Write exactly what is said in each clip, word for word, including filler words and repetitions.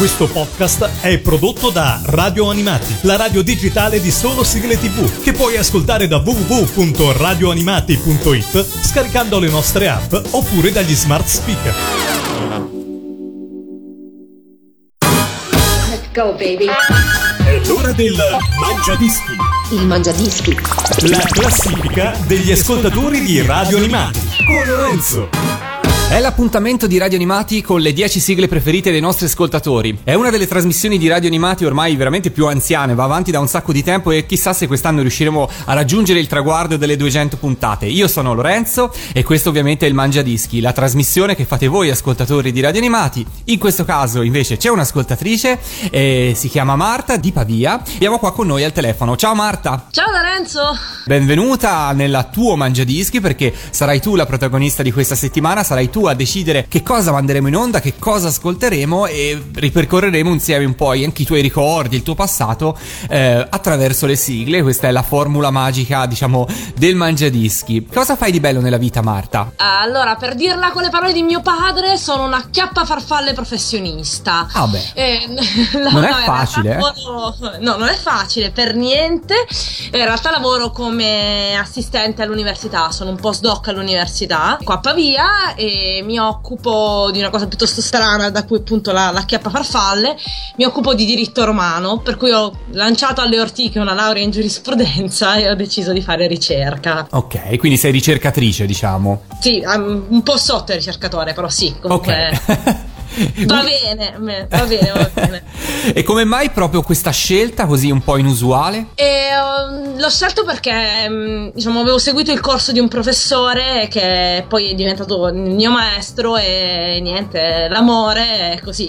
Questo podcast è prodotto da Radio Animati, la radio digitale di solo sigle tivù, che puoi ascoltare da w w w punto radio animati punto i t scaricando le nostre app oppure dagli smart speaker. Let's go, baby. È l'ora del Mangiadischi. Il Mangiadischi. La classifica degli ascoltatori di Radio Animati con Lorenzo. È l'appuntamento di Radio Animati con le dieci sigle preferite dei nostri ascoltatori. È una delle trasmissioni di Radio Animati ormai veramente più anziane, va avanti da un sacco di tempo e chissà se quest'anno riusciremo a raggiungere il traguardo delle duecento puntate. Io sono Lorenzo e questo ovviamente è il Mangiadischi, la trasmissione che fate voi ascoltatori di Radio Animati. In questo caso invece c'è un'ascoltatrice, eh, si chiama Marta di Pavia. Abbiamo qua con noi al telefono. Ciao Marta! Ciao Lorenzo! Benvenuta nella tuo Mangiadischi, perché sarai tu la protagonista di questa settimana, sarai tu a decidere che cosa manderemo in onda, che cosa ascolteremo e ripercorreremo insieme un po' anche i tuoi ricordi, il tuo passato eh, attraverso le sigle. Questa è la formula magica, diciamo, del Mangiadischi. Cosa fai di bello nella vita, Marta? Allora, per dirla con le parole di mio padre, sono una chiappafarfalle professionista. Ah beh, eh, no, non è no, facile, lavoro, eh? No, non è facile per niente. In realtà lavoro come assistente all'università, sono un postdoc all'università qua a Pavia e mi occupo di una cosa piuttosto strana, da cui appunto la, la chiappafarfalle. Mi occupo di diritto romano, per cui ho lanciato alle ortiche una laurea in giurisprudenza e ho deciso di fare ricerca. Ok, quindi sei ricercatrice, diciamo. Sì, um, un po' sotto il ricercatore, però sì, comunque ok. Va bene, va bene, va bene. E come mai proprio questa scelta così un po' inusuale? E, um, l'ho scelto perché um, diciamo avevo seguito il corso di un professore che poi è diventato il mio maestro e niente, l'amore è così.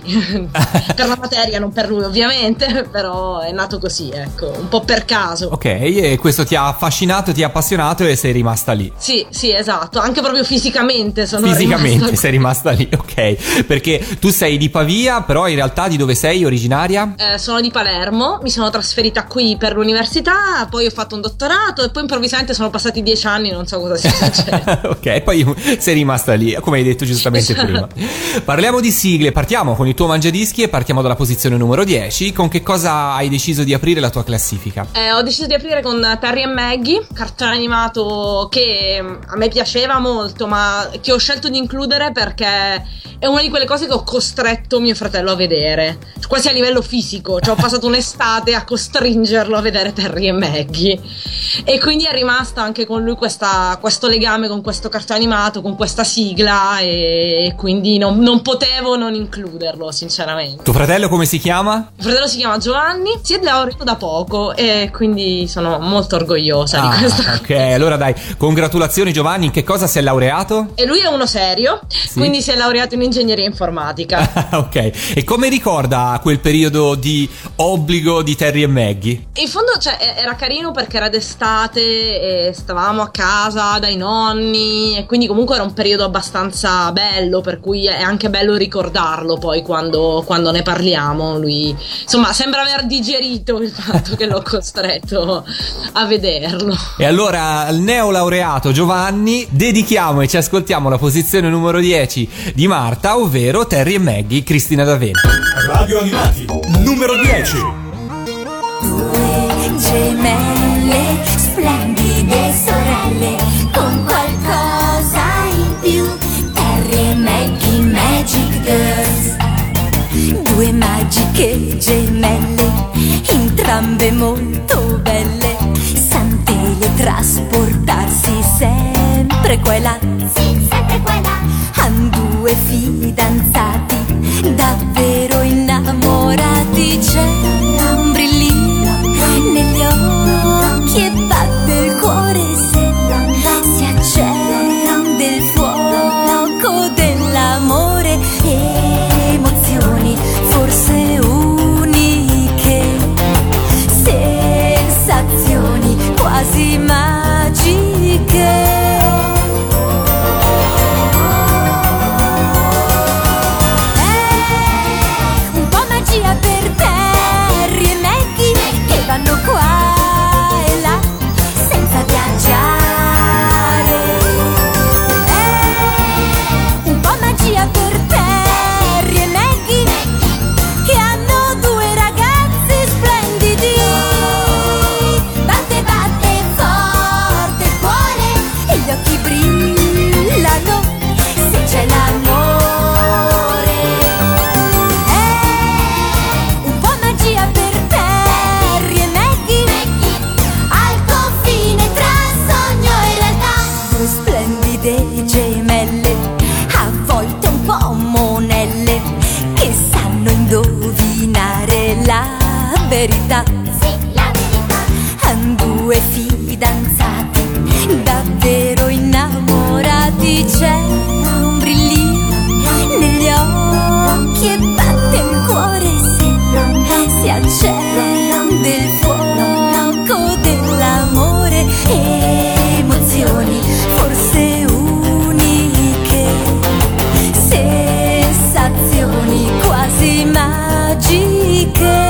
Per la materia, non per lui ovviamente, però è nato così, ecco, un po' per caso. Ok, e questo ti ha affascinato, ti ha appassionato e sei rimasta lì. Sì, sì, esatto, anche proprio fisicamente sono Fisicamente rimasta... sei rimasta lì, ok, perché tu sei di Pavia, però in realtà di dove sei originaria? Eh, sono di Palermo, mi sono trasferita qui per l'università, poi ho fatto un dottorato e poi improvvisamente sono passati dieci anni, non so cosa sia successo. Ok, poi sei rimasta lì, come hai detto giustamente Esatto. prima. Parliamo di sigle, partiamo con il tuo Mangiadischi e partiamo dalla posizione numero dieci. Con che cosa hai deciso di aprire la tua classifica? Eh, ho deciso di aprire con Terry e Maggie, cartone animato che a me piaceva molto, ma che ho scelto di includere perché è una di quelle cose che ho costretto mio fratello a vedere, quasi a livello fisico, cioè ho passato un'estate a costringerlo a vedere Terry e Maggie e quindi è rimasta anche con lui questa, questo legame con questo cartone animato, con questa sigla, e quindi non, non potevo non includerlo sinceramente. Tuo fratello come si chiama? Mio fratello si chiama Giovanni, si è laureato da poco e quindi sono molto orgogliosa Ah, di questa ok, allora dai, congratulazioni Giovanni, in che cosa si è laureato? E lui è uno serio, Sì. quindi si è laureato in ingegneria informatica. Ok, e come ricorda quel periodo di obbligo di Terry e Maggie? In fondo, cioè, era carino perché era d'estate e stavamo a casa dai nonni e quindi comunque era un periodo abbastanza bello, per cui è anche bello ricordarlo poi quando, quando ne parliamo. Lui, insomma, sembra aver digerito il fatto che l'ho costretto a vederlo. E allora al neolaureato Giovanni dedichiamo e ci ascoltiamo la posizione numero dieci di Marta, ovvero Terry e Maggie, Cristina D'Avena. Radio Animati, numero dieci. Due gemelle, splendide sorelle, con qualcosa in più. Terry e Maggie, Magic Girls. Due magiche gemelle, entrambe molto belle, san teletrasportarsi sempre qua e là. Sì, sempre qua e là. Han due fidanzati, davvero innamorati. C'è un brillino negli occhi e batte il cuore se si accende il fuoco dell'amore. Emozioni forse uniche, sensazioni quasi magiche. verità, sì, la verità. Han due fidanzati davvero innamorati, c'è un brillio negli occhi e batte il cuore se si accende il fuoco dell'amore, emozioni forse uniche, sensazioni quasi magiche.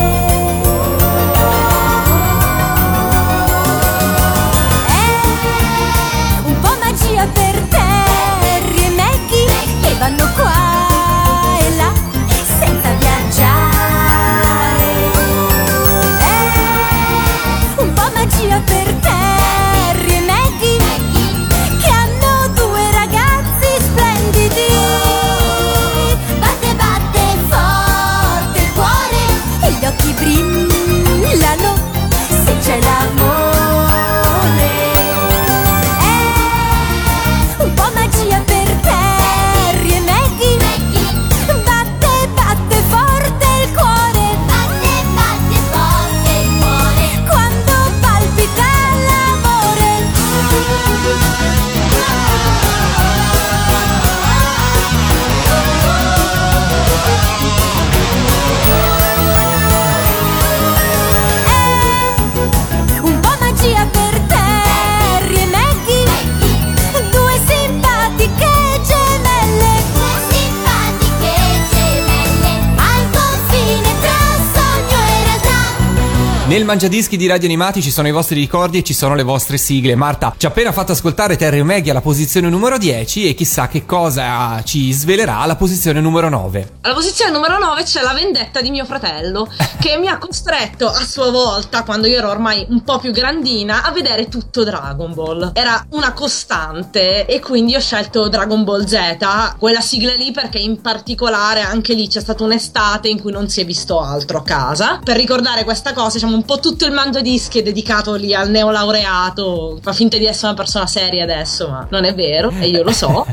Per Terry e Maggie che vanno qua e là senza viaggiare. È un po' magia per Terry e Maggie che hanno due ragazzi splendidi. Batte batte forte il cuore e gli occhi brillano se c'è l'amore. Nel Mangiadischi di Radio Animati ci sono i vostri ricordi e ci sono le vostre sigle. Marta ci ha appena fatto ascoltare Terry e Maggie alla posizione numero dieci e chissà che cosa ci svelerà alla posizione numero nove. Alla posizione numero nove c'è La vendetta di mio fratello, che mi ha costretto a sua volta, quando io ero ormai un po' più grandina, a vedere tutto Dragon Ball. Era una costante e quindi ho scelto Dragon Ball Z, quella sigla lì, perché in particolare anche lì c'è stata un'estate in cui non si è visto altro a casa. Per ricordare questa cosa, diciamo, un po' tutto il Mangiadischi è dedicato lì al neolaureato. Fa finta di essere una persona seria adesso, ma non è vero e io lo so.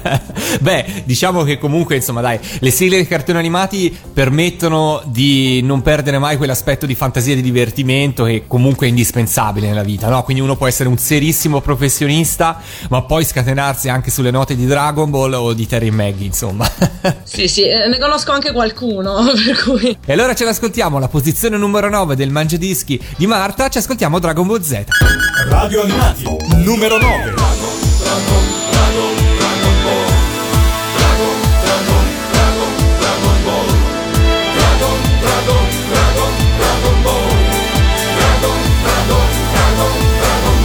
Beh, diciamo che comunque, insomma, dai, le sigle dei cartoni animati permettono di non perdere mai quell'aspetto di fantasia e di divertimento che comunque è indispensabile nella vita, no? Quindi uno può essere un serissimo professionista, ma poi scatenarsi anche sulle note di Dragon Ball o di Terry e Maggie, insomma. Sì, sì, ne conosco anche qualcuno, per cui... E allora ce l'ascoltiamo alla posizione numero nove del Mangiadischi di Marta, ci ascoltiamo Dragon Ball Z. Radio Animati, numero nove. Dragon, Dragon, Dragon, Dragon Ball. Dragon, Dragon, Dragon, Dragon Ball. Dragon, Dragon, Dragon, Dragon Ball. Dragon, Dragon, Dragon, Dragon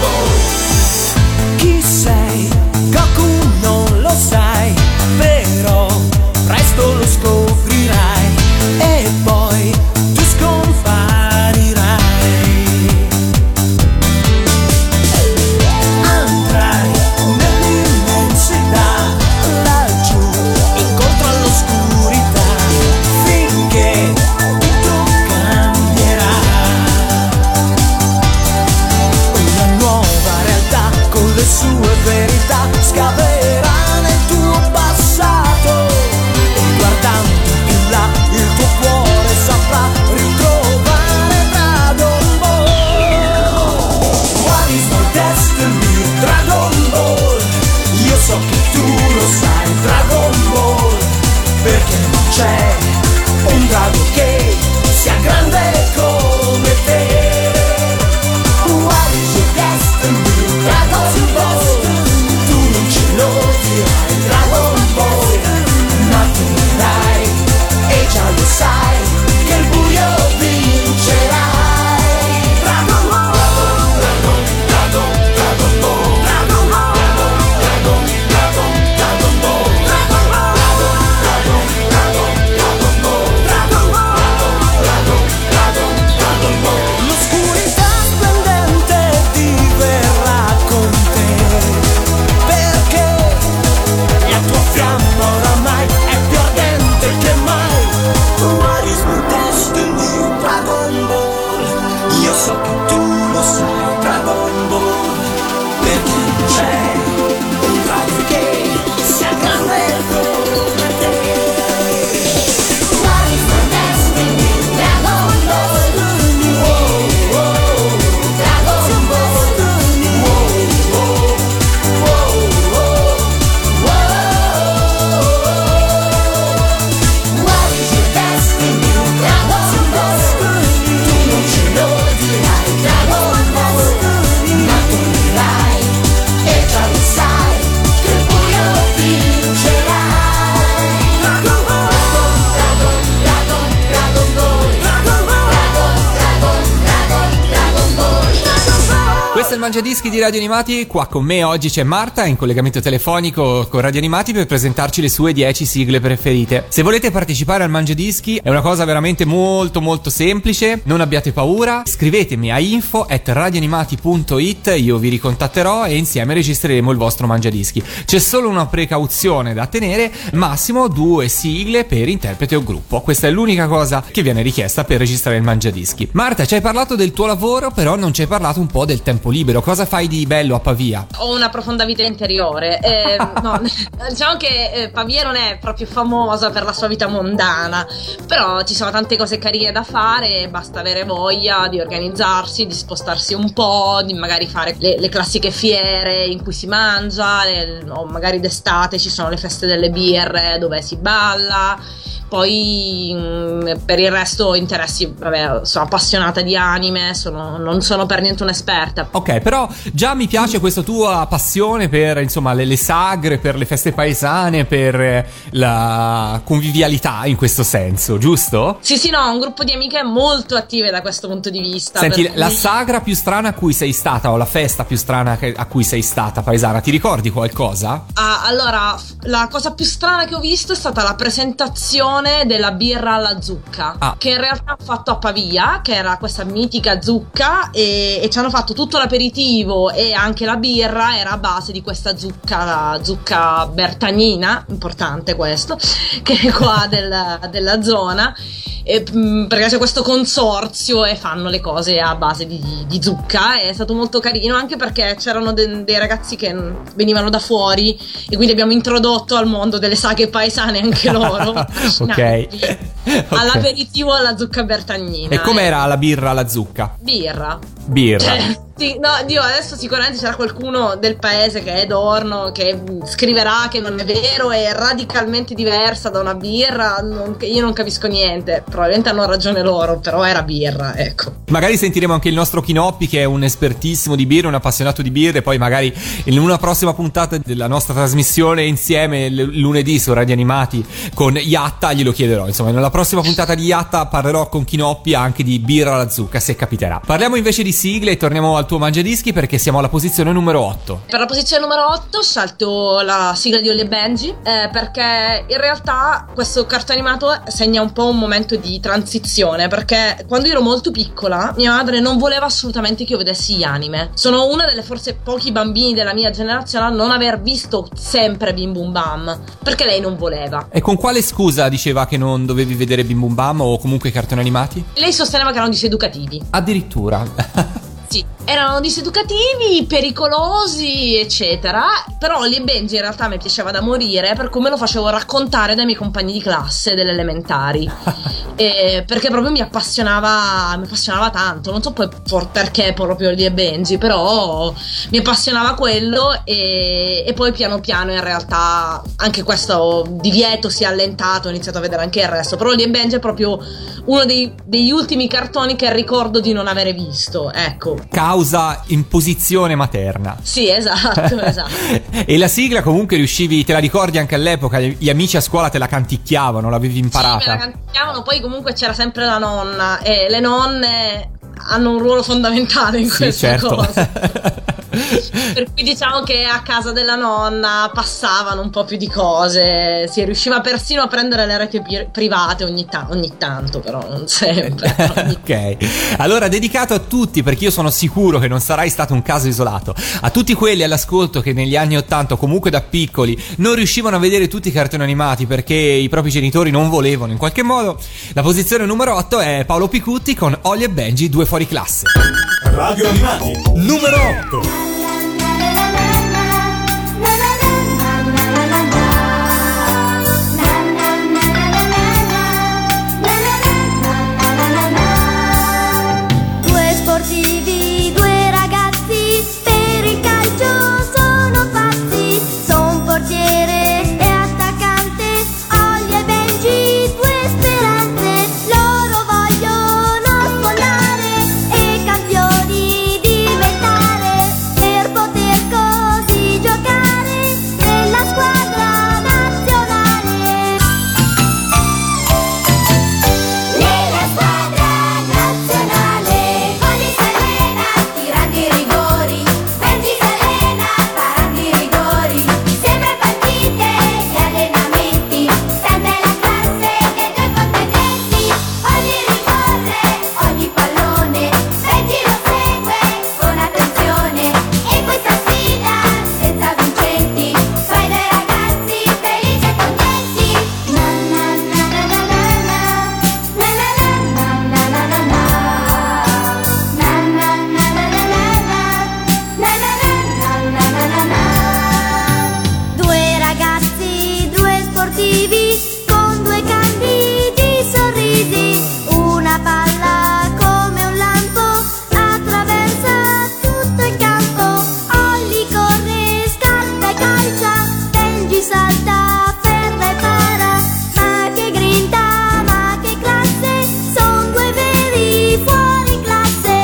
Ball. Chi sei? Goku non lo sai, però presto lo scoprirai e poi tu scomparirai. Andrai nell'immenso Questo è il Mangiadischi di Radio Animati. Qua con me oggi c'è Marta in collegamento telefonico con Radio Animati per presentarci le sue dieci sigle preferite. Se volete partecipare al Mangiadischi è una cosa veramente molto molto semplice, non abbiate paura, scrivetemi a info at radioanimati punto it, io vi ricontatterò e insieme registreremo il vostro Mangiadischi. C'è solo una precauzione da tenere, massimo due sigle per interprete o gruppo. Questa è l'unica cosa che viene richiesta per registrare il Mangiadischi. Marta, ci hai parlato del tuo lavoro, però non ci hai parlato un po' del tempo libero. Cosa fai di bello a Pavia? Ho una profonda vita interiore. Eh, no, diciamo che eh, Pavia non è proprio famosa per la sua vita mondana, però ci sono tante cose carine da fare, basta avere voglia di organizzarsi, di spostarsi un po', di magari fare le, le classiche fiere in cui si mangia, le, o magari d'estate ci sono le feste delle birre dove si balla. Poi mh, per il resto interessi, vabbè, sono appassionata di anime, sono, non sono per niente un'esperta. Ok, però già mi piace questa tua passione per, insomma, le, le sagre, per le feste paesane, per eh, la convivialità in questo senso, giusto? Sì, sì, no, ho un gruppo di amiche molto attive da questo punto di vista. Senti, per la cui... sagra più strana a cui sei stata, o la festa più strana che, a cui sei stata paesana, ti ricordi qualcosa? Ah, allora, la cosa più strana che ho visto è stata la presentazione della birra alla zucca, ah. che in realtà ho fatto a Pavia, che era questa mitica zucca, e, e ci hanno fatto tutto l'aperitivo e anche la birra era a base di questa zucca, la zucca bertagnina, importante questo, che è qua del, della zona. E, mh, perché c'è questo consorzio e fanno le cose a base di, di zucca. È stato molto carino, anche perché c'erano de- dei ragazzi che venivano da fuori e quindi abbiamo introdotto al mondo delle saghe paesane anche loro. Ok. All'aperitivo alla zucca bertagnina. E com'era la birra alla zucca? Birra. Birra. Cioè, sì, no, Dio, adesso sicuramente c'era qualcuno del paese che è d'Orno che scriverà che non è vero, è radicalmente diversa da una birra, non, io non capisco niente, probabilmente hanno ragione loro, però era birra, ecco. Magari sentiremo anche il nostro Chinoppi, che è un espertissimo di birra, un appassionato di birre, poi magari in una prossima puntata della nostra trasmissione insieme l- lunedì su Radio Animati con Iatta glielo chiederò. Insomma, nella prossima puntata di Iatta parlerò con Chinoppi anche di birra alla zucca, se capiterà. Parliamo invece di sigle e torniamo al tuo Mangiadischi perché siamo alla posizione numero otto. Per la posizione numero otto scelto la sigla di Holly e Benji, eh, perché in realtà questo cartone animato segna un po' un momento di transizione, perché quando ero molto piccola mia madre non voleva assolutamente che io vedessi gli anime. Sono una delle forse pochi bambini della mia generazione a non aver visto sempre Bim Bum Bam, perché lei non voleva. E con quale scusa diceva che non dovevi vedere Bim Bum Bam o comunque i cartoni animati? Lei sosteneva che erano diseducativi. Addirittura. Sì, erano diseducativi, pericolosi, eccetera. Però Holly e Benji in realtà mi piaceva da morire per come lo facevo raccontare dai miei compagni di classe delle elementari. E perché proprio mi appassionava, mi appassionava tanto. Non so poi por- perché proprio Holly e Benji, però mi appassionava quello. E, e poi piano piano in realtà anche questo divieto si è allentato, ho iniziato a vedere anche il resto. Però Holly e Benji è proprio uno dei, degli ultimi cartoni che ricordo di non avere visto, ecco. Causa imposizione materna. Sì, esatto, esatto. E la sigla comunque riuscivi, te la ricordi anche all'epoca? Gli amici a scuola te la canticchiavano, l'avevi imparata? Sì, me la canticchiavano, poi comunque c'era sempre la nonna e le nonne hanno un ruolo fondamentale in sì, questa certo. cosa. Per cui diciamo che a casa della nonna passavano un po' più di cose, si riusciva persino a prendere le reti pi- private ogni, ta- ogni tanto, però non sempre. Ogni... Ok, allora dedicato a tutti, perché io sono sicuro che non sarai stato un caso isolato, a tutti quelli all'ascolto che negli anni ottanta o comunque da piccoli non riuscivano a vedere tutti i cartoni animati perché i propri genitori non volevano in qualche modo, la posizione numero otto è Paolo Picutti con Holly e Benji, due fuori classe. Radio Animati numero otto. Due sportivi, due ragazzi, per il calcio sono pazzi. Son portiere e attaccante, Holly e Benji, due speranze. Loro vogliono sfondare e campioni diventare. E Una palla come un lampo attraversa tutto il campo. Olli corre, scatta e calcia, Benji salta, afferra e para. Ma che grinta, ma che classe, son due veri fuori classe.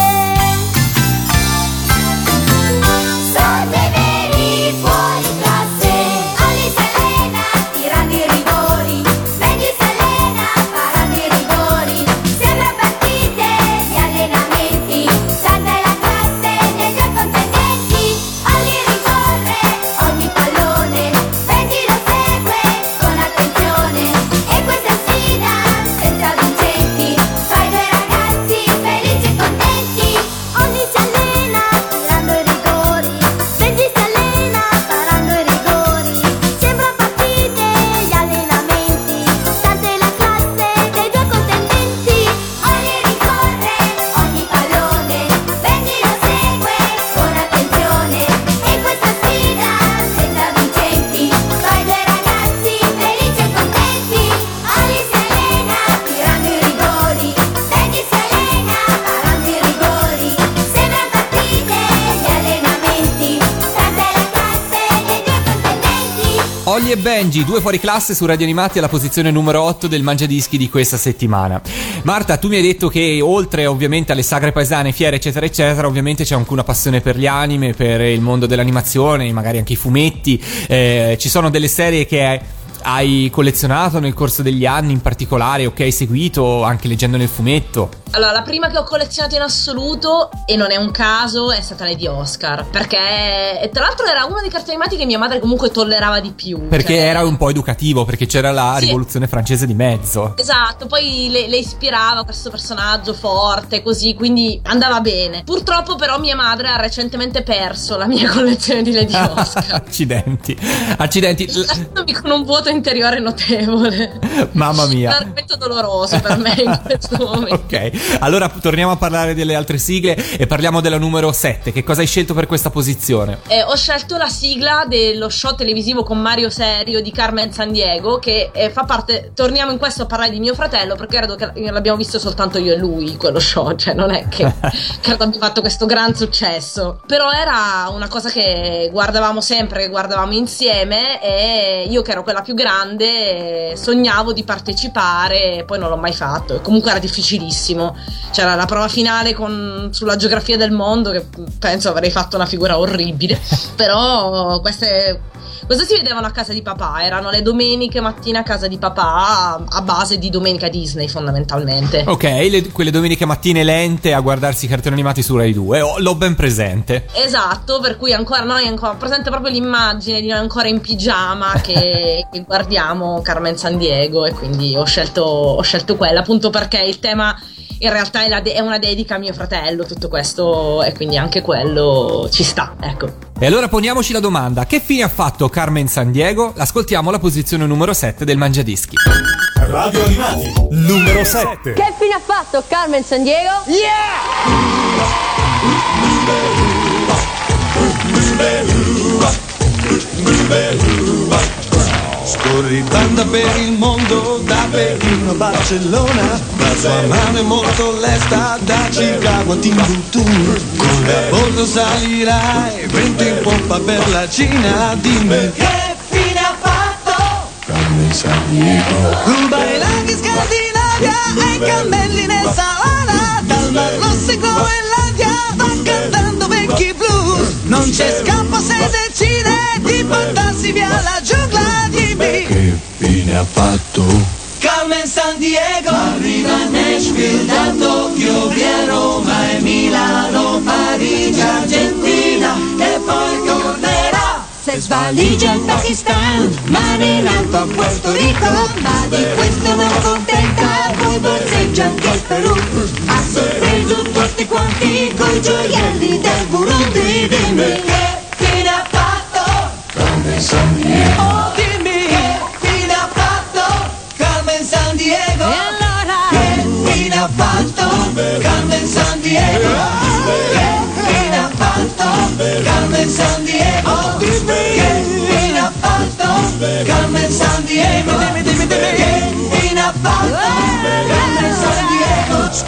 Son due veri fuori classe. Olli si allena tirando i rigori, Benji si allena parando i rigori. Sembra partite di allenamenti, salta la classe dei due contendenti. Olli ricorre ogni pallone, Benji lo segue con attenzione. E questa sfida senza vincenti fa i due ragazzi felici e contenti. Olli si allena tirando i rigori, Benji si allena parando i rigori. Sembra partite gli allenamenti, salta la classe dei due contendenti. Olli ricorre ogni pallone, Benji lo segue con attenzione. E questa sfida senza vincenti fa i due ragazzi felici e contenti. Olli si allena tirando i rigori, Benji si allena parando i rigori. Sembra partite gli allenamenti, salta la classe dei due contendenti. Olli e Benji, due fuori classe su Radio Animati alla posizione numero otto del Mangiadischi di questa settimana. Marta, tu mi hai detto che oltre ovviamente alle sagre paesane, fiere eccetera eccetera, ovviamente c'è anche una passione per gli anime, per il mondo dell'animazione, magari anche i fumetti. Eh, ci sono delle serie che hai collezionato nel corso degli anni in particolare o che hai seguito anche leggendo nel fumetto? Allora, la prima che ho collezionato in assoluto, e non è un caso, è stata Lady Oscar. Perché, e tra l'altro, era uno dei cartoni animati che mia madre comunque tollerava di più. Perché cioè, era un po' educativo, perché c'era la Sì. rivoluzione francese di mezzo. Esatto, poi le, le ispirava questo personaggio forte, così, quindi andava bene. Purtroppo però mia madre ha recentemente perso la mia collezione di Lady Oscar, Accidenti, accidenti. L- lasciandomi con un vuoto interiore notevole. Mamma Un mia. argomento doloroso per me in questo momento. Ok, allora torniamo a parlare delle altre sigle e parliamo della numero sette. Che cosa hai scelto per questa posizione? Eh, ho scelto la sigla dello show televisivo con Mario Serio di Carmen Sandiego, che eh, fa parte, torniamo in questo a parlare di mio fratello, perché credo che l'abbiamo visto soltanto io e lui quello show, cioè non è che, che abbiamo fatto questo gran successo, però era una cosa che guardavamo sempre, che guardavamo insieme, e io che ero quella più grande eh, sognavo di partecipare, poi non l'ho mai fatto, e comunque era difficilissimo. C'era la prova finale con, sulla geografia del mondo, che penso avrei fatto una figura orribile. Però queste, queste si vedevano a casa di papà, erano le domeniche mattina a casa di papà, a base di Domenica Disney fondamentalmente. Ok, le- quelle domeniche mattine lente a guardarsi i cartoni animati su Rai due, oh, l'ho ben presente. Esatto, per cui ancora noi ancora presente proprio l'immagine di noi ancora in pigiama che, che guardiamo Carmen Sandiego, e quindi ho scelto, ho scelto quella appunto perché il tema in realtà è, la de- è una dedica a mio fratello, tutto questo, e quindi anche quello ci sta, ecco. E allora poniamoci la domanda: che fine ha fatto Carmen Sandiego? L'ascoltiamo alla posizione numero sette del Mangiadischi. Radio Animati, numero sette. Che fine ha fatto Carmen Sandiego? Scorri banda per il mondo, da Berlino a Barcellona. La sua mano è molto lesta, da Chicago a Timbuktu. Con la bordo salirai, vento in pompa per la Cina. Dimmi che fine ha fatto Carmen Sandiego. Ruba i laghi Scandinavia e i cammelli nel Sahara. Dal Mar Rosso in Groenlandia va cantando vecchi blues. Non c'è scampo se decide di portarsi via la giungla. Dimmi che fine ha fatto Carmen Sandiego. Arriva a Nashville da Tokyo via Roma e Milano, Parigi, Argentina e poi tornerà. Se svaligia il Pakistan, mare in alto a Puerto Rico, ma di questo non contenta, poi borseggia anche il Perù. Ha sorpreso tutti quanti coi gioielli del Burundi. Dimmi che fine ha fatto Carmen Sandiego. Oh, dimmi che fine ha fatto Carmen Sandiego. E allora che fine ha fatto Carmen Sandiego. Che fine ha fatto Carmen Sandiego. Che fine ha fatto Carmen Sandiego. Che fine ha fatto Carmen Sandiego.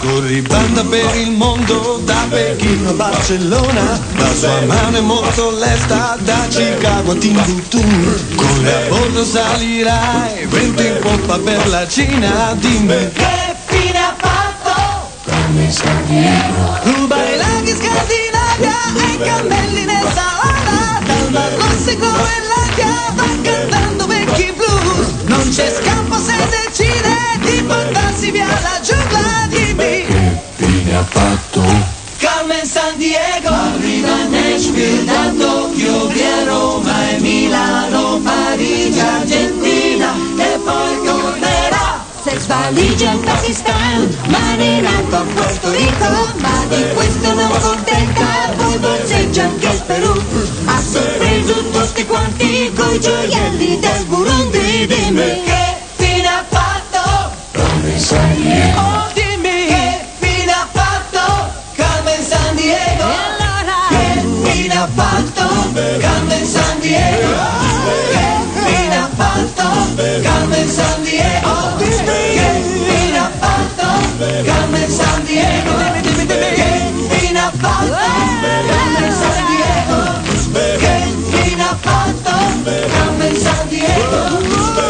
Corri banda per il mondo, da Pechino a Barcellona. La sua mano è molto lesta, da Chicago a Timbuktu. Con le a bordo salirai, vento in poppa per la Cina. Dimmi che fine ha fatto Carmen Sandiego. Rubare laghi in Scandinavia e i cammelli nell'Salada. Dal Mar Rossico e l'Adia va cantando vecchi blues. Non c'è scampo se decide di portarsi via la giungla. Dimmi che fine ha fatto Carmen Sandiego. Arriva a Nashville da Tokyo via Roma e Milano, Parigi, Argentina e poi tornerà. Sex valigia in Pakistan, marinato a Porto Rico, ma di questo non contenta, poi borseggia anche il Perù. Ha sorpreso tutti quanti coi gioielli del Burundi. Dimmi che fine ha fatto Carmen Sandiego. Oh, dimmi che fine ha fatto Carmen Sandiego. E allora che fine ha fatto Carmen Sandiego. Che fine ha fatto Carmen Sandiego. Che fine ha fatto Carmen Sandiego. Che fine ha fatto Carmen Sandiego. Che fine ha fatto Carmen Sandiego.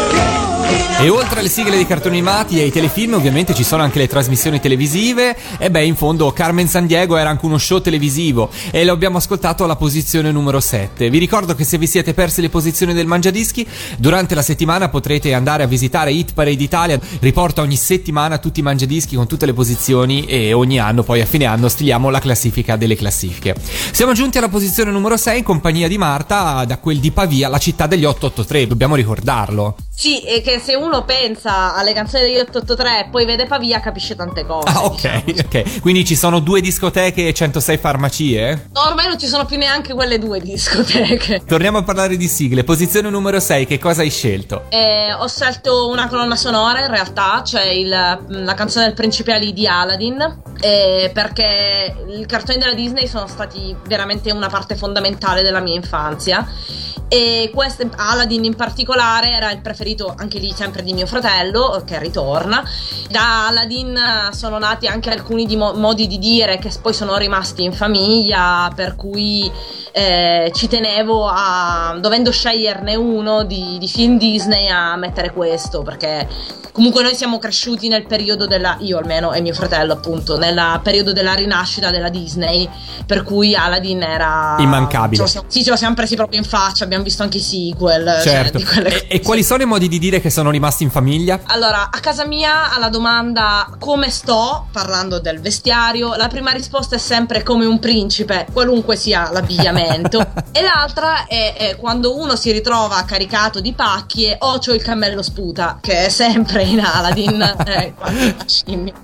E oltre alle sigle dei cartoni animati e ai telefilm, ovviamente ci sono anche le trasmissioni televisive. E beh, in fondo Carmen Sandiego era anche uno show televisivo e lo abbiamo ascoltato alla posizione numero sette. Vi ricordo che se vi siete persi le posizioni del Mangiadischi, durante la settimana potrete andare a visitare Hit Parade Italia. Riporta ogni settimana tutti i Mangiadischi con tutte le posizioni e ogni anno, poi a fine anno, stiliamo la classifica delle classifiche. Siamo giunti alla posizione numero sei in compagnia di Marta, da quel di Pavia, la città degli otto otto tre. Dobbiamo ricordarlo. Sì, e che se uno pensa alle canzoni degli otto otto tre e poi vede Pavia capisce tante cose. Ah, ok, diciamo. ok. Quindi ci sono due discoteche e centosei farmacie? No, ormai non ci sono più neanche quelle due discoteche. Torniamo a parlare di sigle. Posizione numero sei, che cosa hai scelto? Eh, ho scelto una colonna sonora in realtà, cioè il, la canzone del Principe Ali di Aladdin, eh, perché i cartoni della Disney sono stati veramente una parte fondamentale della mia infanzia. E questo, Aladdin in particolare, era il preferito anche lì sempre di mio fratello, che ritorna. Da Aladdin sono nati anche alcuni di mo- modi di dire che poi sono rimasti in famiglia, per cui eh, ci tenevo a, dovendo sceglierne uno di, di film Disney, a mettere questo, perché comunque noi siamo cresciuti nel periodo della, io almeno e mio fratello appunto, nel periodo della rinascita della Disney, per cui Aladdin era immancabile. Ce siamo, sì, ce lo siamo presi proprio in faccia, abbiamo visto anche i sequel. Certo. Cioè, di e, e quali sono i modi di dire che sono rimasti in famiglia? Allora, a casa mia alla domanda come sto, parlando del vestiario, la prima risposta è sempre come un principe, qualunque sia l'abbigliamento. E l'altra è, è quando uno si ritrova caricato di pacchi e oh, c'ho il cammello sputa, che è sempre in Aladdin, eh, quando la scimmia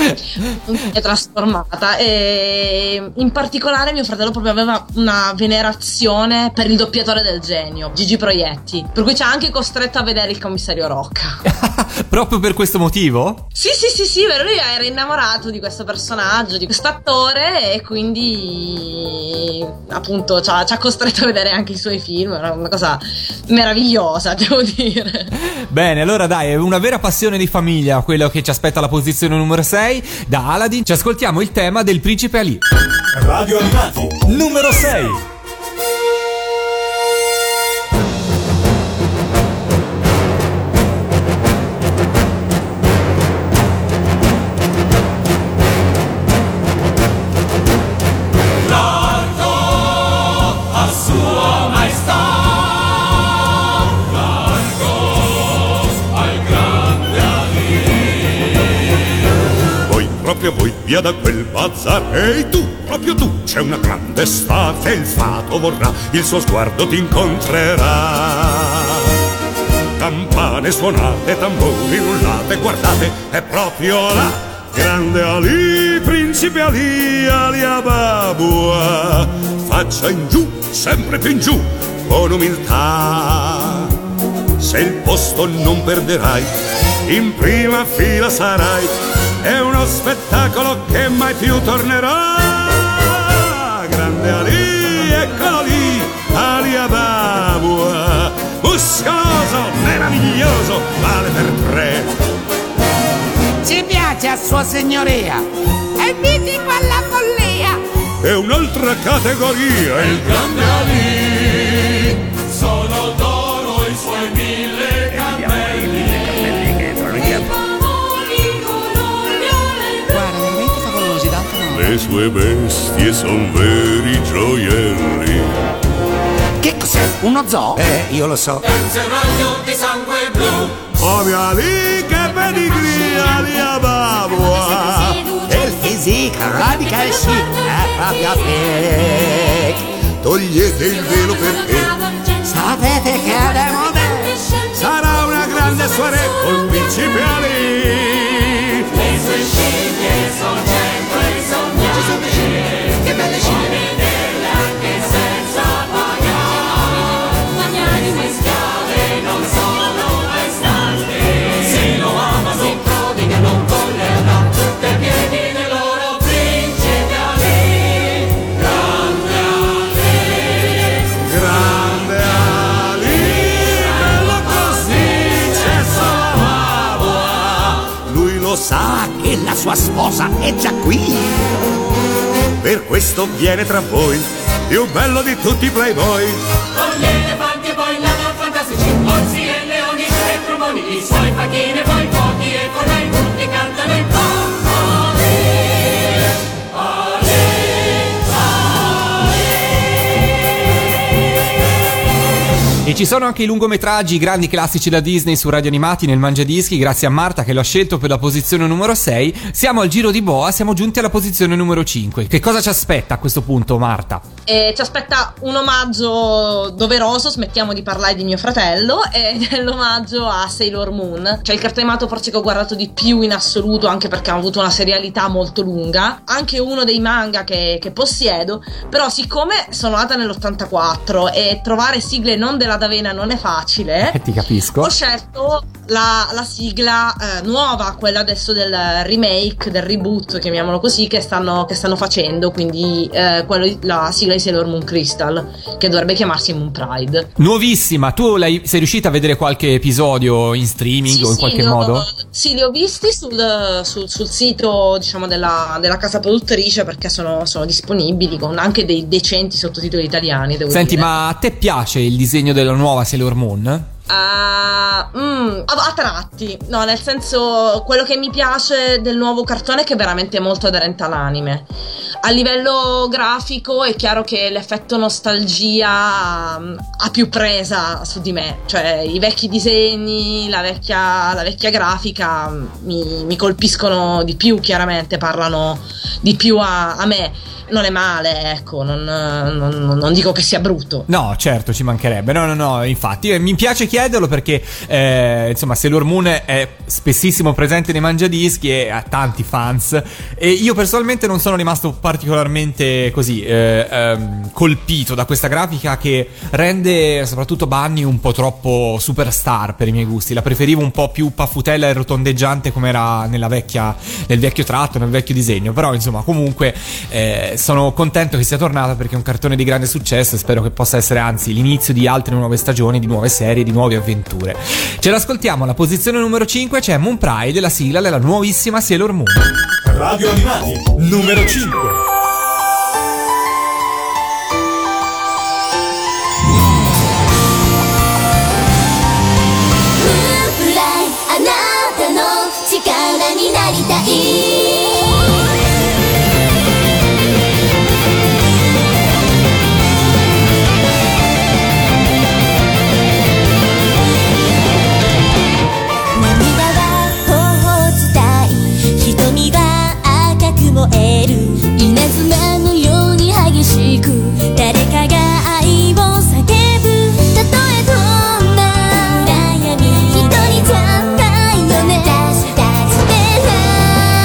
è trasformata. E in particolare mio fratello proprio aveva una venerazione per il doppiatore del genio, Gigi Proietti, per cui ci ha anche costretto a vedere il commissario Rocca. Proprio per questo motivo? Sì, sì, sì, sì, vero, lui era innamorato di questo personaggio, di quest'attore, e quindi appunto ci ha, ci ha costretto a vedere anche i suoi film. Era una cosa meravigliosa, devo dire. Bene, allora dai, è una vera passione di famiglia quello che ci aspetta alla posizione numero sei. Da Aladdin ci ascoltiamo il tema del Principe Ali. Radio Animati numero sei. Proprio voi via da quel bazar. Ehi tu, proprio tu, c'è una grande estate, il fato vorrà, il suo sguardo ti incontrerà. Campane suonate, tamburi rullate, guardate, è proprio là. Grande Ali, principe Ali, Ali Ababua. Faccia in giù, sempre più in giù, con umiltà. Se il posto non perderai, in prima fila sarai. È uno spettacolo che mai più tornerà. Grande Ali, eccolo lì, Ali Ababua. Muscoloso, meraviglioso, vale per tre. Ci piace grazie a sua signoria. È mitico alla follia. È un'altra categoria, il grande Ali. Sono d'oro i suoi mille cappelli. Guarda, veramente favolosi, tanto no. Le sue bestie son veri gioielli. Che cos'è? Uno zoo? Eh, io lo so. È un serraglio di sangue blu. Oh mia lì, che pedigria di Ababua. E il physique radical chic è proprio fake. Togliete il velo perché Sapete che adesso sarà una grande soirée col principe Ali. Le sue scimmie sono sempre sognate. Che belle scimmie. Vederle anche senza pagare. Magnani e schiave non sono mai state. Se lo amano, si prodigano con l'erba. Tutte ai piedi del loro principe Ali. Grande Ali. Grande Ali, bello così, c'è solo Ababua. Lui lo sa che la sua sposa è già qui. per questo viene tra voi, più bello di tutti i playboy. Con gli elefanti e poi lama fantastici, orsi e leoni e promoni, i suoi facchini e poi pochi e con lei tutti cantano in po'. E ci sono anche i lungometraggi, i grandi classici da Disney su Radio Animati nel Mangiadischi, grazie a Marta che l'ha scelto per la posizione numero sei. Siamo al giro di boa, siamo giunti alla posizione numero cinque. Che cosa ci aspetta a questo punto, Marta? E ci aspetta un omaggio doveroso, smettiamo di parlare di mio fratello, e l'omaggio a Sailor Moon, cioè il cartone animato forse che ho guardato di più in assoluto, anche perché ha avuto una serialità molto lunga, anche uno dei manga che, che possiedo, però siccome sono nata nell'ottantaquattro e trovare sigle non della D'Avena non è facile, Eh, ti capisco. ho scelto la, la sigla eh, nuova, quella adesso del remake, del reboot, chiamiamolo così, che stanno, che stanno facendo, quindi eh, quello, la sigla di Sailor Moon Crystal, che dovrebbe chiamarsi Moon Pride. Nuovissima, tu l'hai, sei riuscita a vedere qualche episodio in streaming Sì, o in sì, qualche li ho- modo? Sì, li ho visti sul, sul- sul sito, diciamo, della, della casa produttrice, perché sono, sono disponibili con anche dei decenti sottotitoli italiani, devo Senti, dire. ma a te piace il disegno della nuova Sailor Moon? Ah, mm, a, a tratti, no, nel senso, quello che mi piace del nuovo cartone è che è veramente molto aderente all'anime. A livello grafico è chiaro che l'effetto nostalgia mm, ha più presa su di me, cioè i vecchi disegni, la vecchia, la vecchia grafica mm, mi, mi colpiscono di più, chiaramente parlano di più a, a me. Non è male, ecco, non, non- non dico che sia brutto. No, certo, ci mancherebbe. No, no, no, infatti eh, mi piace chiederlo perché eh, insomma Sailor Moon è spessissimo presente nei Mangiadischi e ha tanti fans, e io personalmente non sono rimasto particolarmente così eh, ehm, colpito da questa grafica che rende soprattutto Bunny un po' troppo superstar per i miei gusti. La preferivo un po' più paffutella e rotondeggiante come era nella vecchia, nel vecchio tratto, nel vecchio disegno. Però insomma comunque eh, sono contento che sia tornata perché è un cartone di grande successo e spero che possa essere anzi l'inizio di altre nuove stagioni, di nuove serie, di nuove avventure. Ce l'ascoltiamo, alla posizione numero cinque c'è Moon Pride, la sigla della nuovissima Sailor Moon. Radio Animati, numero cinque. Moonfly あなたの力になりたい涙は頬伝い瞳は赤く燃える稲妻のように激しく誰かが愛を叫ぶたとえどんな悩み一人じゃないよね私たちで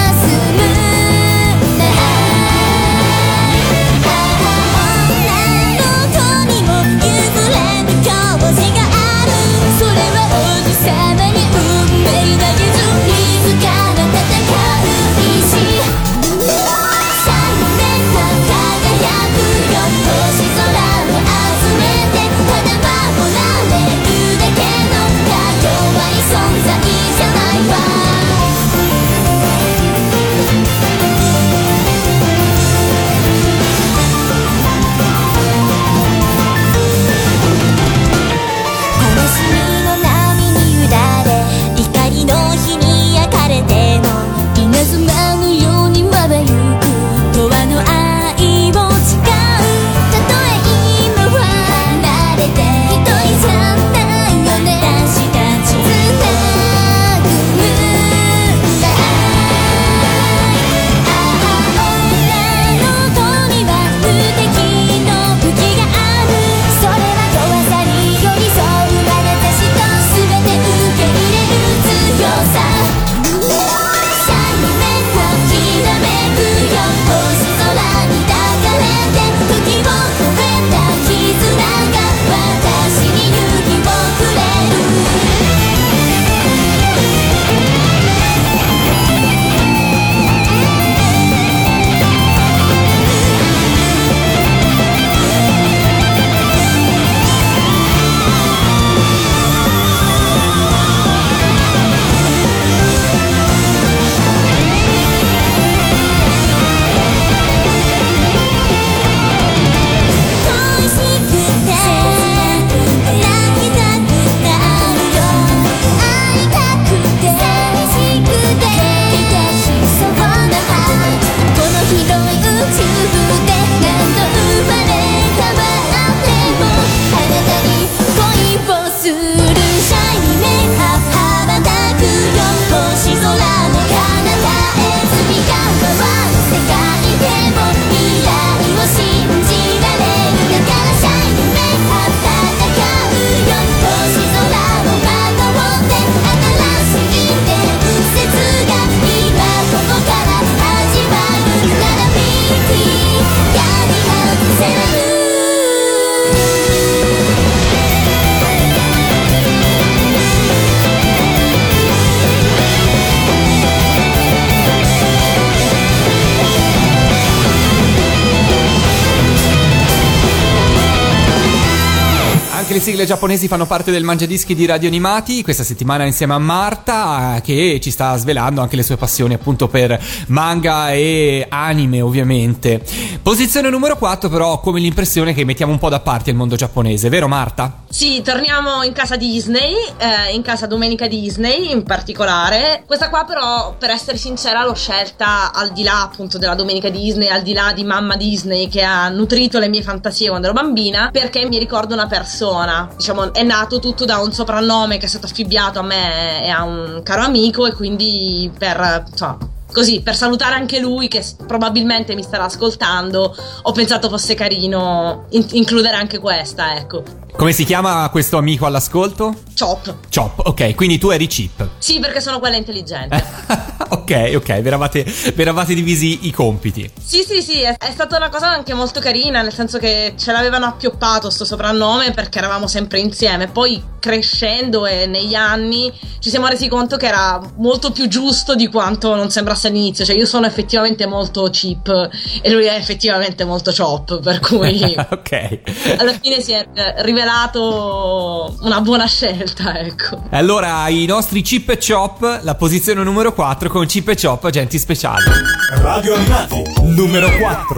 le sigle giapponesi fanno parte del Mangiadischi di Radio Animati, questa settimana insieme a Marta, che ci sta svelando anche le sue passioni appunto per manga e anime, ovviamente. Posizione numero quattro, però ho come l'impressione che mettiamo un po' da parte il mondo giapponese, vero Marta? Sì, torniamo in casa Disney, eh, in casa Domenica Disney in particolare. Questa qua però, per essere sincera, l'ho scelta al di là appunto della Domenica Disney, al di là di mamma Disney che ha nutrito le mie fantasie quando ero bambina, perché mi ricordo una persona, diciamo, è nato tutto da un soprannome che è stato affibbiato a me e a un caro amico, e quindi per, insomma, così, per salutare anche lui che probabilmente mi starà ascoltando, ho pensato fosse carino in- includere anche questa, ecco. Come si chiama questo amico all'ascolto? Chop. Chop, ok, quindi tu eri Chip. Sì, perché sono quella intelligente. Ok, ok, vi eravate, vi eravate divisi i compiti. Sì, sì, sì, è, è stata una cosa anche molto carina, nel senso che ce l'avevano appioppato sto soprannome perché eravamo sempre insieme. Poi crescendo e negli anni ci siamo resi conto che era molto più giusto di quanto non sembrasse all'inizio. Cioè io sono effettivamente molto Chip e lui è effettivamente molto Chop, per cui ok, alla fine si è eh, rivelato una buona scelta, ecco. Allora i nostri Chip e Chop, la posizione numero quattro con Chip e Chop, agenti speciali. Radio Animati, numero quattro.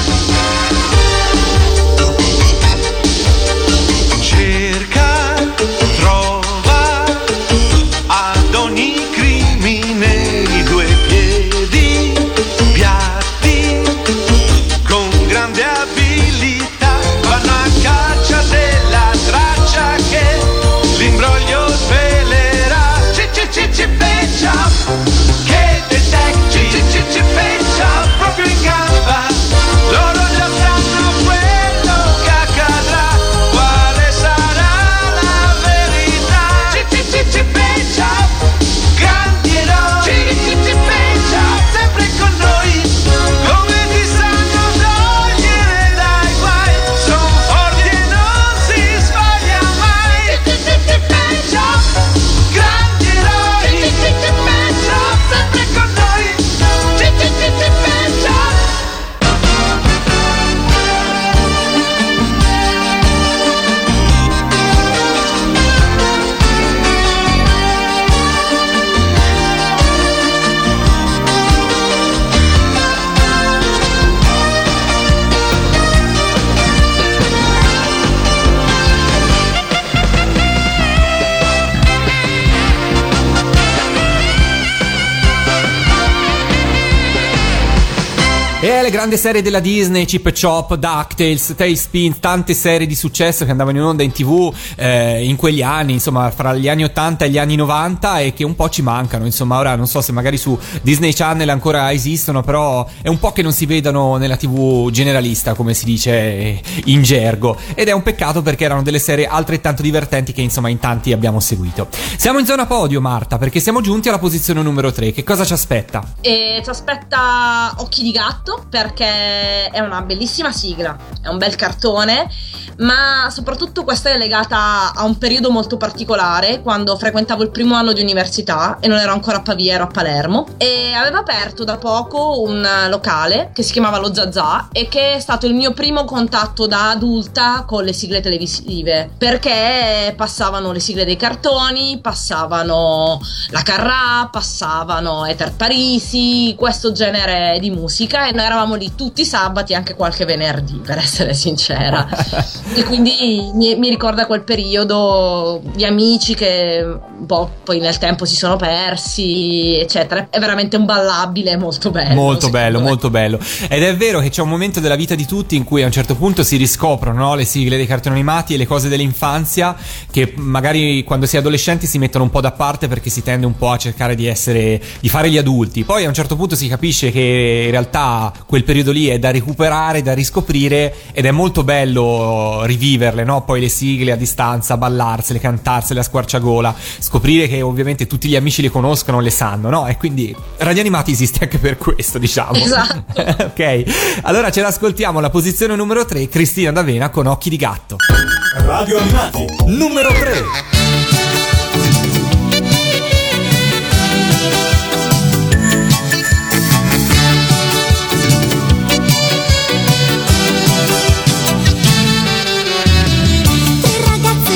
Cerca, trova ad ogni crimine i due piedi piatti, con grande abilità vanno a caccia della traccia che l'imbroglio svelerà. Chip e Chop, che detective, Chip e Chop, proprio in gamba, loro già sanno quello che accadrà, quale sarà la verità. Chip e Chop, grandi eroi, Chip e Chop, sempre con noi, come ti sanno togliere dai guai, son forti e non si sbaglia mai. Chip e Chop, grandi eroi, Chip e Chop, sempre con noi, Chip e Chop. E le grandi serie della Disney, Chip e Chop, DuckTales, Tailspin, tante serie di successo che andavano in onda in tv eh, in quegli anni, insomma, fra gli anni ottanta e gli anni novanta, e che un po' ci mancano, insomma. Ora non so se magari su Disney Channel ancora esistono, però è un po' che non si vedano nella tv generalista, come si dice in gergo, ed è un peccato perché erano delle serie altrettanto divertenti che insomma in tanti abbiamo seguito. Siamo in zona podio, Marta, perché siamo giunti alla posizione numero tre. Che cosa ci aspetta? E ci aspetta Occhi di gatto, perché è una bellissima sigla, è un bel cartone, ma soprattutto questa è legata a un periodo molto particolare, quando frequentavo il primo anno di università e non ero ancora a Pavia, ero a Palermo, e aveva aperto da poco un locale che si chiamava Lo Zazà, e che è stato il mio primo contatto da adulta con le sigle televisive, perché passavano le sigle dei cartoni, passavano la Carrà, passavano Ether Parisi, questo genere di musica, e noi eravamo lì tutti i sabati, anche qualche venerdì, per essere sincera. E quindi mi, mi ricorda quel periodo, gli amici che boh, poi nel tempo si sono persi, eccetera. È veramente un ballabile molto bello. Molto bello, me. molto bello. Ed è vero che c'è un momento della vita di tutti in cui a un certo punto si riscoprono, no, le sigle dei cartoni animati e le cose dell'infanzia, che magari quando si è adolescenti si mettono un po' da parte perché si tende un po' a cercare di essere, di fare gli adulti. Poi a un certo punto si capisce che in realtà quel periodo lì è da recuperare, da riscoprire, ed è molto bello riviverle, no? Poi le sigle a distanza, ballarsele, cantarsele a squarciagola, scoprire che ovviamente tutti gli amici le conoscono, le sanno, no? E quindi Radio Animati esiste anche per questo, diciamo. Esatto. Ok, allora ce l'ascoltiamo, la posizione numero tre, Cristina D'Avena con Occhi di gatto. Radio Animati, numero tre. Tre ragazze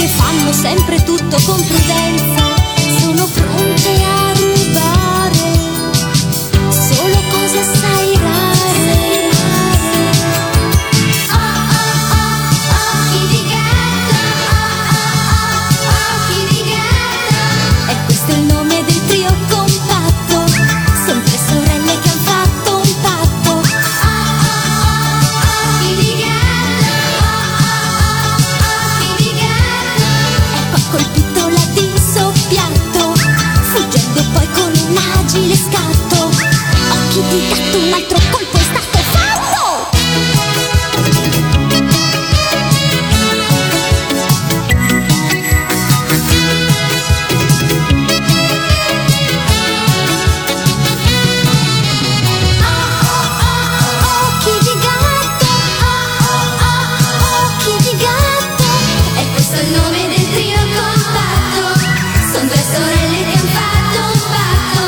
fanno sempre tutto con prudenza, sono pronte a rubare solo cose assai rare. Oh oh oh, occhi di gatto, oh oh oh, occhi di gatto. E questo è il nome del trio compatto, son tre sorelle che han fatto un patto. Oh oh oh, occhi di gatto, oh oh oh, occhi di gatto. E poi colpito la di soppiatto, fuggendo poi con un agile scatto. Occhi di gatto, un altro colpo è stato fatto. Occhi di gatto, occhi di gatto. E questo è il nome del trio compatto, son tre sorelle che han fatto un patto.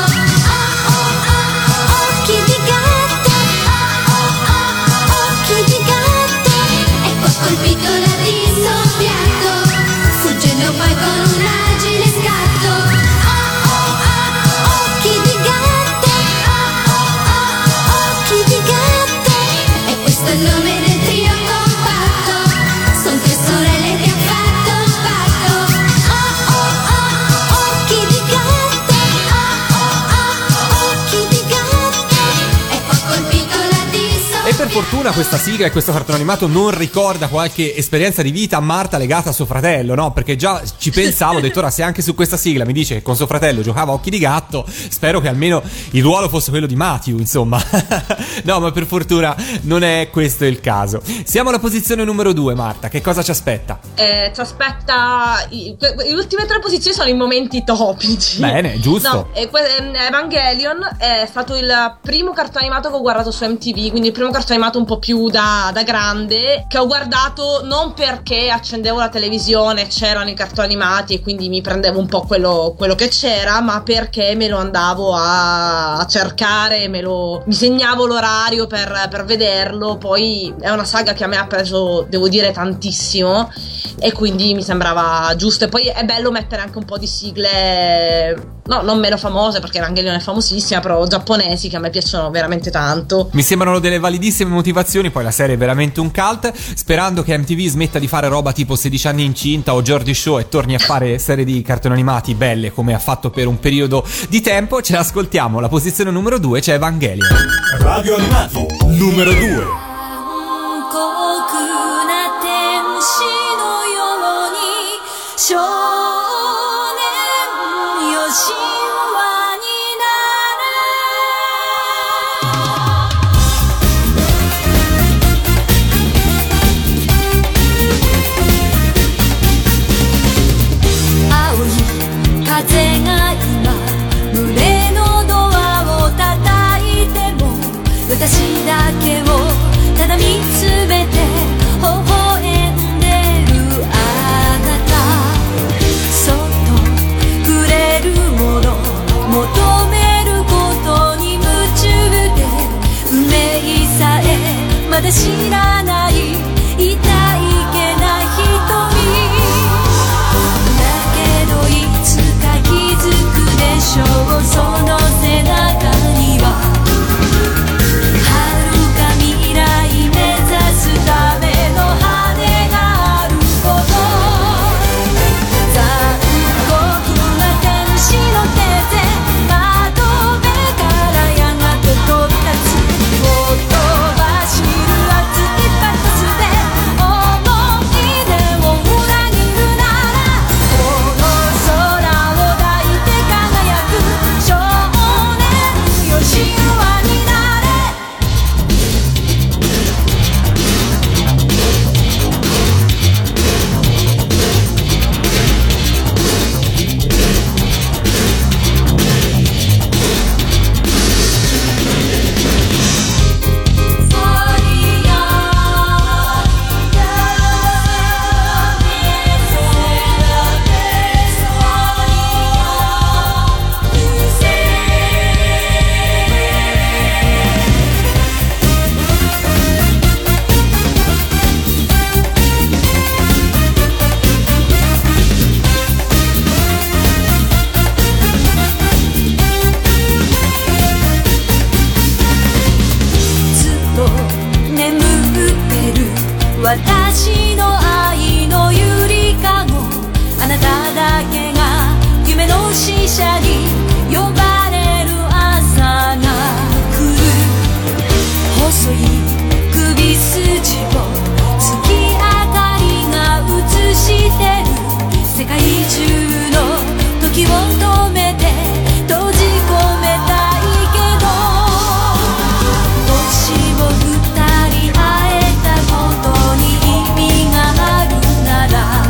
Occhi di gatto, occhi di gatto. E poi colpito la di soppiatto, fuggendo poi con un agile scatto. Occhi di gatto, occhi di gatto. E questo è il nome del trio compatto, son tre sorelle che han fatto un patto. Occhi di gatto, occhi di gatto. E poi colpito la di soppiatto. E per fortuna questa sigla e questo cartone animato non ricorda qualche esperienza di vita a Marta legata a suo fratello, no? Perché già ci pensavo, ho detto ora se anche su questa sigla mi dice che con suo fratello giocava a Occhi di Gatto, spero che almeno il ruolo fosse quello di Matthew, insomma. No, ma per fortuna non è questo il caso. Siamo alla posizione numero due, Marta, che cosa ci aspetta? Eh, ci aspetta. i- que- Le ultime tre posizioni sono i momenti topici. Bene, giusto. No, e que- ehm, Evangelion è stato il primo cartone animato che ho guardato su M T V, quindi il primo cartone animato un po' più da, da grande, che ho guardato non perché accendevo la televisione, c'erano i cartoni animati e quindi mi prendevo un po' quello, quello che c'era, ma perché me lo andavo a, a cercare, me lo, mi segnavo l'orario per, per vederlo. Poi è una saga che a me ha preso, devo dire, tantissimo, e quindi mi sembrava giusto. E poi è bello mettere anche un po' di sigle, no, non meno famose, perché Evangelion è famosissima, però giapponesi, che a me piacciono veramente tanto. Mi sembrano delle validissime motivazioni, poi la serie è veramente un cult, sperando che M T V smetta di fare roba tipo sedici anni incinta o Geordie Show e torni a fare serie di cartoni animati belle come ha fatto per un periodo di tempo. Ce l'ascoltiamo, la posizione numero due c'è Evangelion. Radio Animati, numero due. 残酷な天使のように少年よ神話になれ青い風が今胸のドアを叩いても私だけをただ見つめて微笑んでるあなた界中の時を止めて閉じ込めたいけど、もしも二人会えたことに意味があるなら、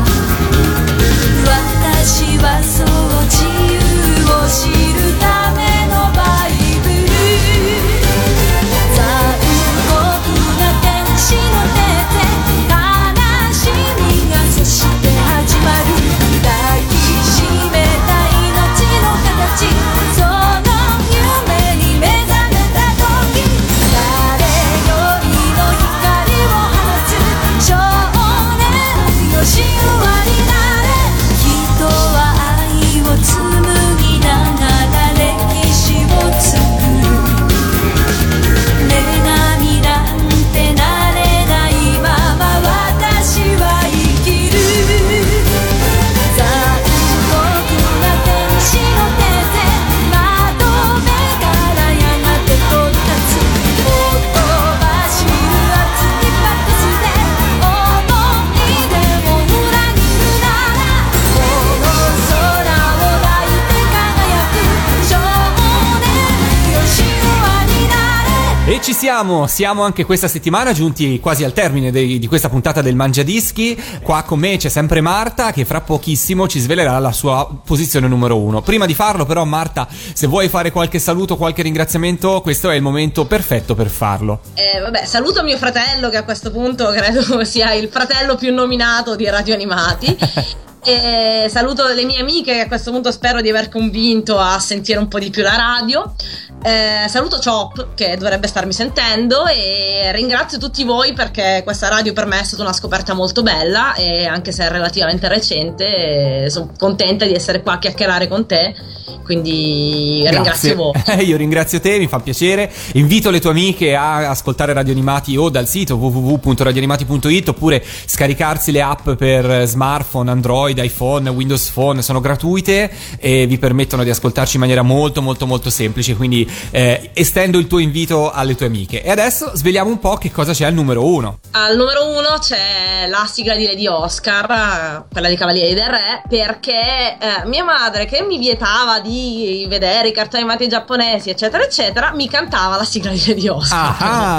私はそう自由を知るためのバイブル、残酷な天使の手で悲しみがそして始まる、抱きしめた命の形、その夢に目覚めた時、誰よりも光を放つ少年よ神話になれ、人は愛を紡ぎながら歴史を作る、女神なんてなれないまま私は生きる、残酷な天使の手でまとめからやがて到達、ほとばしる熱いパックスで思い出を裏切るなら、この空を抱いて輝く少年よ神話になれ。 E ci siamo, siamo anche questa settimana giunti quasi al termine de- di questa puntata del Mangiadischi. Qua con me c'è sempre Marta che fra pochissimo ci svelerà la sua posizione numero uno. Prima di farlo però Marta, se vuoi fare qualche saluto, qualche ringraziamento, questo è il momento perfetto per farlo. Eh, vabbè, saluto mio fratello che a questo punto credo sia il fratello più nominato di Radio Animati. E saluto le mie amiche che a questo punto spero di aver convinto a sentire un po' di più la radio. Eh, saluto Chop che dovrebbe starmi sentendo e ringrazio tutti voi perché questa radio per me è stata una scoperta molto bella e anche se è relativamente recente sono contenta di essere qua a chiacchierare con te, quindi Grazie. ringrazio voi. Io ringrazio te, mi fa piacere. Invito le tue amiche a ascoltare Radio Animati o dal sito w w w punto radio animati punto it oppure scaricarsi le app per smartphone, Android, iPhone, Windows Phone, sono gratuite e vi permettono di ascoltarci in maniera molto molto molto semplice, quindi eh, estendo il tuo invito alle tue amiche. E adesso sveliamo un po' che cosa c'è al numero uno. Al numero uno c'è la sigla di Lady Oscar, quella dei Cavalieri del Re, perché eh, mia madre che mi vietava di vedere i cartoni animati giapponesi eccetera eccetera mi cantava la sigla di Lady Oscar.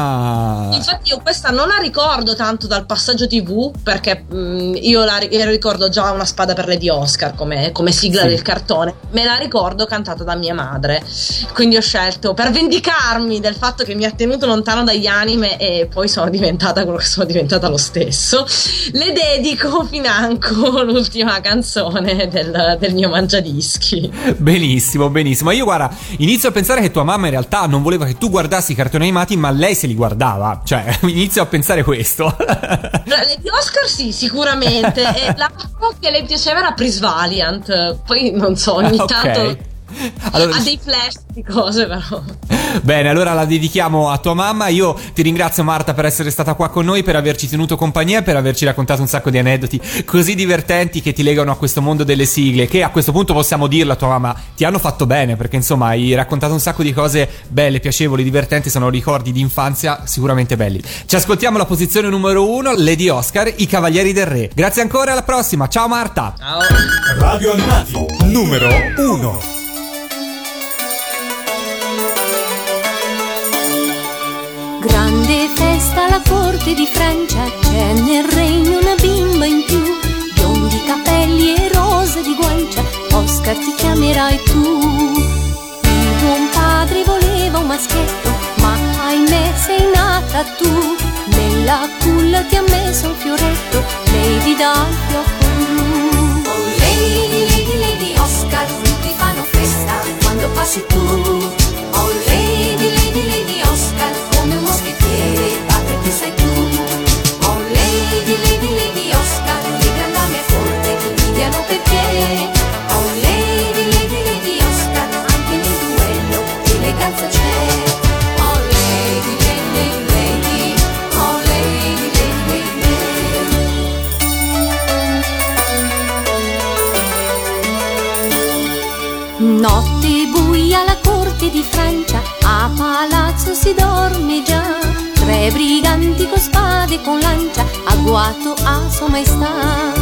Ah. Infatti io questa non la ricordo tanto dal passaggio tivù perché mh, io la, la ricordo già Una spada per Lady Oscar come, come sigla Sì. del cartone, me la ricordo cantata da mia madre, quindi ho scelto per vendicarmi del fatto che mi ha tenuto lontano dagli anime e poi sono diventata quello che sono diventata lo stesso, le dedico financo l'ultima canzone del, del mio Mangiadischi. Benissimo, benissimo. Io guarda, inizio a pensare che tua mamma in realtà non voleva che tu guardassi i cartoni animati, ma lei se li guardava. Cioè, inizio a pensare questo. Lady Oscar sì, sicuramente. E la cosa che le piaceva era Prince Valiant. Poi non so, ogni Ok. tanto Allora, ha dei flash di cose però. bene, allora la dedichiamo a tua mamma. Io ti ringrazio Marta per essere stata qua con noi, per averci tenuto compagnia e per averci raccontato un sacco di aneddoti così divertenti che ti legano a questo mondo delle sigle, che a questo punto possiamo dirlo a tua mamma, ti hanno fatto bene perché insomma hai raccontato un sacco di cose belle, piacevoli, divertenti, sono ricordi di infanzia sicuramente belli. Ci ascoltiamo la posizione numero uno, Lady Oscar, I Cavalieri del Re. Grazie ancora, alla prossima, ciao Marta. Ciao. Radio Animati, numero uno. Grande festa alla corte di Francia, c'è nel regno una bimba in più, biondi capelli e rose di guancia, Oscar ti chiamerai tu. Il buon padre voleva un maschietto, ma ahimè sei nata tu, nella culla ti ha messo un fioretto, Lady dal fiocco blu. Oh Lady, Lady, Lady Oscar, tutti fanno festa quando passi tu. Oh Lady, Lady, Lady Oscar, come un moschettiere, padre che sei tu. Oh Lady, Lady, Lady Oscar, le grandi dame forte ti invidiano perché. Oh Lady, Lady, Lady Oscar, anche nel duello eleganza c'è. Oh Lady, Lady, Lady, oh Lady, Lady, Lady. Notte buia alla corte di Francia, a palazzo si dorme già, tre briganti con spade e con lancia, agguato a sua maestà.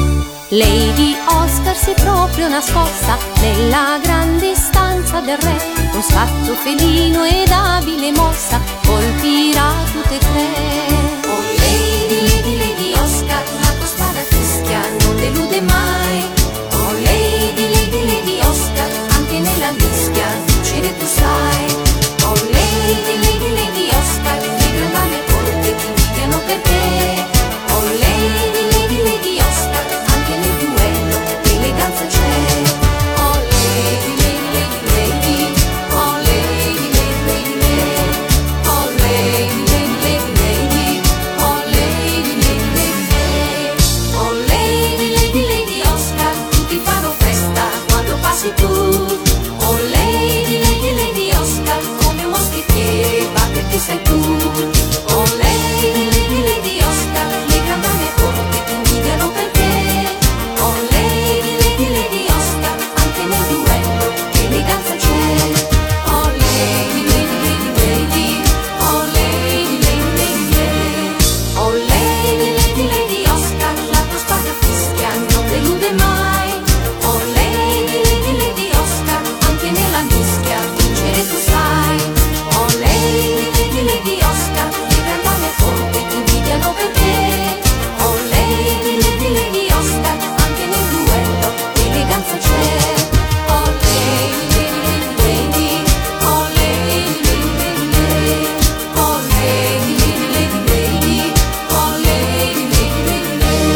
Lady Oscar si è proprio nascosta nella grande stanza del re, con scatto felino ed abile mossa colpirà tutte e tre. Oh Lady, Lady, Lady Oscar, la tua spada fischia non delude mai. Oh Lady, Lady, Lady Oscar, anche nella mischia vincere tu sai. Oh Lady, Lady, Lady Oscar, le grandane corte ti invidiano per te. Oh Lady, Lady, Lady Oscar, anche nel duello eleganza c'è. Oh Lady, Lady, Lady, Lady, oh Lady, Lady, Lady, Lady, oh Lady, Lady, Lady, Lady, oh Lady, Lady, Lady, Lady, oh Lady, Lady, Lady Oscar, tutti fanno festa quando passi tu. Oh Lady, Lady, Lady Oscar, come un moschettiere batterti sei tu. Oh Lady, Lady, Lady Oscar, le grandane corte ti invidiano per te. Oh Lady, Lady, Lady Oscar, anche nel duello eleganza c'è. Oh Lady, Lady, Lady, Lady, oh Lady, Lady, Lady, Lady, oh Lady, Lady, Lady Oscar, la tua spada fischia non delude mai. Oh Lady, Lady, Lady Oscar, anche nella mischia vincere tu sai. Oh Lady, Lady, Lady Oscar, le grandane corte ti invidiano per te. Oh Lady, Lady, Lady Oscar, anche nel duello eleganza c'è. Oh Lady, Lady, Lady, Lady, oh Lady, Lady, Lady, Lady, oh Lady, Lady, Lady, Lady, oh Lady, Lady,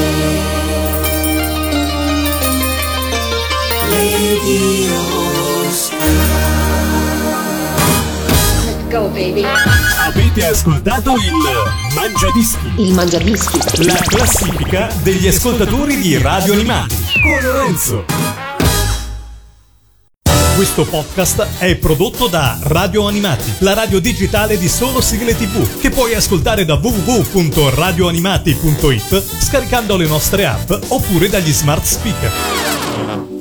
Lady, Lady Oscar. Go baby. Avete ascoltato il Mangiadischi, Il Mangiadischi. la classifica degli ascoltatori di Radio Animati con Lorenzo. Questo podcast è prodotto da Radio Animati, la radio digitale di solo sigle tivù, che puoi ascoltare da w w w punto radio animati punto it scaricando le nostre app oppure dagli smart speaker.